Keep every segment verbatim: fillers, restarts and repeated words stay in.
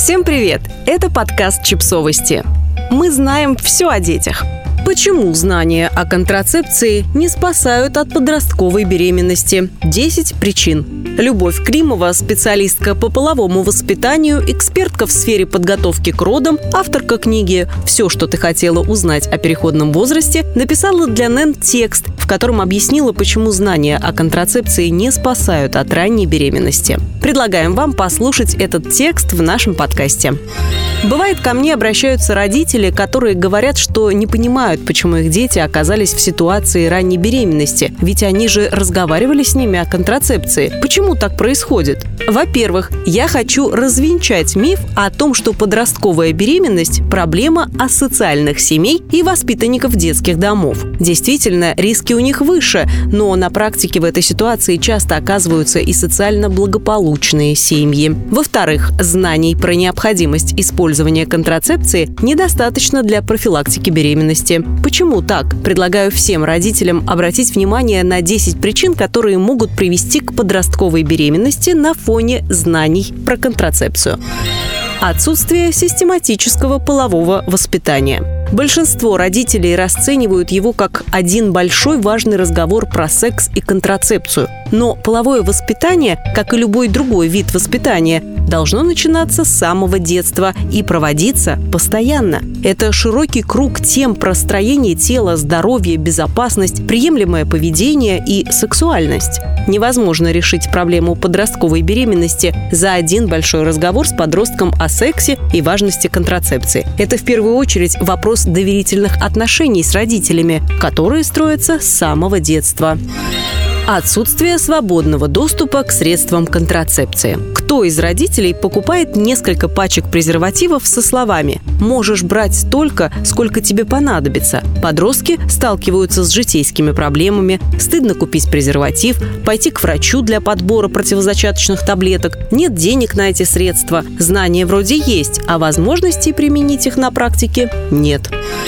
Всем привет! Это подкаст «Чипсовости». Мы знаем все о детях. Почему знания о контрацепции не спасают от подростковой беременности? десять причин. Любовь Климова, специалистка по половому воспитанию, экспертка в сфере подготовки к родам, авторка книги «Все, что ты хотела узнать о переходном возрасте», написала для эн и эн текст, в котором объяснила, почему знания о контрацепции не спасают от ранней беременности. Предлагаем вам послушать этот текст в нашем подкасте. Бывает, ко мне обращаются родители, которые говорят, что не понимают, почему их дети оказались в ситуации ранней беременности, ведь они же разговаривали с ними о контрацепции. Почему так происходит? Во-первых, я хочу развенчать миф о том, что подростковая беременность – проблема асоциальных семей и воспитанников детских домов. Действительно, риски у них выше, но на практике в этой ситуации часто оказываются и социально благополучные семьи. Во-вторых, знаний про необходимость использования контрацепции недостаточно для профилактики беременности. Почему так? Предлагаю всем родителям обратить внимание на десять причин, которые могут привести к подростковой беременности на фоне знаний про контрацепцию. Отсутствие систематического полового воспитания. Большинство родителей расценивают его как один большой важный разговор про секс и контрацепцию. Но половое воспитание, как и любой другой вид воспитания, должно начинаться с самого детства и проводиться постоянно. Это широкий круг тем про строение тела, здоровье, безопасность, приемлемое поведение и сексуальность. Невозможно решить проблему подростковой беременности за один большой разговор с подростком о сексе и важности контрацепции. Это в первую очередь вопрос доверительных отношений с родителями, которые строятся с самого детства. Отсутствие свободного доступа к средствам контрацепции. Кто из родителей покупает несколько пачек презервативов со словами «можешь брать столько, сколько тебе понадобится»? Подростки сталкиваются с житейскими проблемами, стыдно купить презерватив, пойти к врачу для подбора противозачаточных таблеток, нет денег на эти средства, знания вроде есть, а возможностей применить их на практике нет.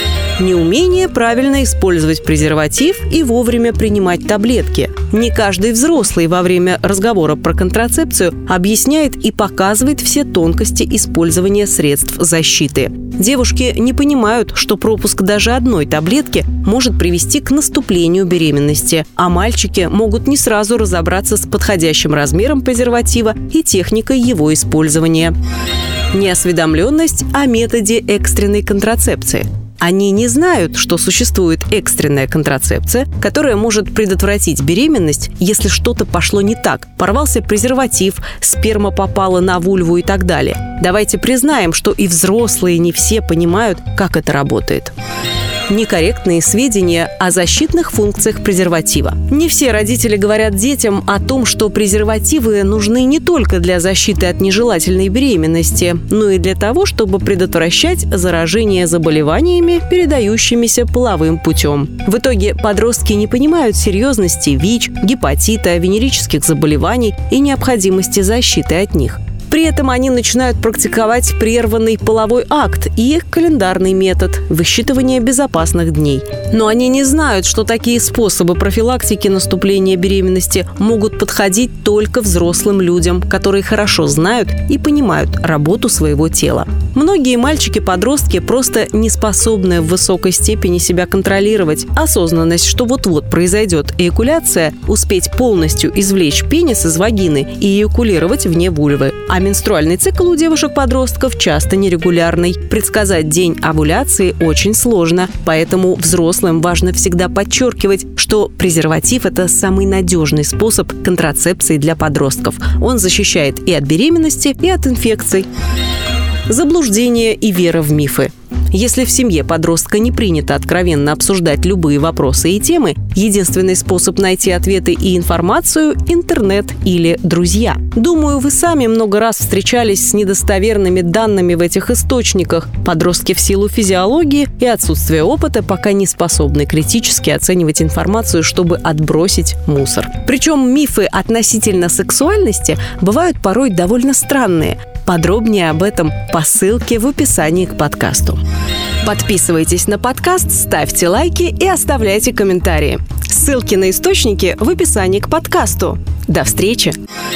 Неумение правильно использовать презерватив и вовремя принимать таблетки. Не каждый взрослый во время разговора про контрацепцию объясняет и показывает все тонкости использования средств защиты. Девушки не понимают, что пропуск даже одной таблетки может привести к наступлению беременности, а мальчики могут не сразу разобраться с подходящим размером презерватива и техникой его использования. Неосведомленность о методе экстренной контрацепции. Они не знают, что существует экстренная контрацепция, которая может предотвратить беременность, если что-то пошло не так. Порвался презерватив, сперма попала на вульву и так далее. Давайте признаем, что и взрослые не все понимают, как это работает. Некорректные сведения о защитных функциях презерватива. Не все родители говорят детям о том, что презервативы нужны не только для защиты от нежелательной беременности, но и для того, чтобы предотвращать заражение заболеваниями, передающимися половым путем. В итоге подростки не понимают серьезности ВИЧ, гепатита, венерических заболеваний и необходимости защиты от них. При этом они начинают практиковать прерванный половой акт и календарный метод высчитывания безопасных дней. Но они не знают, что такие способы профилактики наступления беременности могут подходить только взрослым людям, которые хорошо знают и понимают работу своего тела. Многие мальчики-подростки просто не способны в высокой степени себя контролировать. Осознанность, что вот-вот произойдет эякуляция, успеть полностью извлечь пенис из вагины и эякулировать вне вульвы. А менструальный цикл у девушек-подростков часто нерегулярный. Предсказать день овуляции очень сложно, поэтому взрослым важно всегда подчеркивать, что презерватив – это самый надежный способ контрацепции для подростков. Он защищает и от беременности, и от инфекций. Заблуждение и вера в мифы. Если в семье подростка не принято откровенно обсуждать любые вопросы и темы, единственный способ найти ответы и информацию – интернет или друзья. Думаю, вы сами много раз встречались с недостоверными данными в этих источниках. Подростки в силу физиологии и отсутствия опыта пока не способны критически оценивать информацию, чтобы отбросить мусор. Причем мифы относительно сексуальности бывают порой довольно странные. Подробнее об этом по ссылке в описании к подкасту. Подписывайтесь на подкаст, ставьте лайки и оставляйте комментарии. Ссылки на источники в описании к подкасту. До встречи!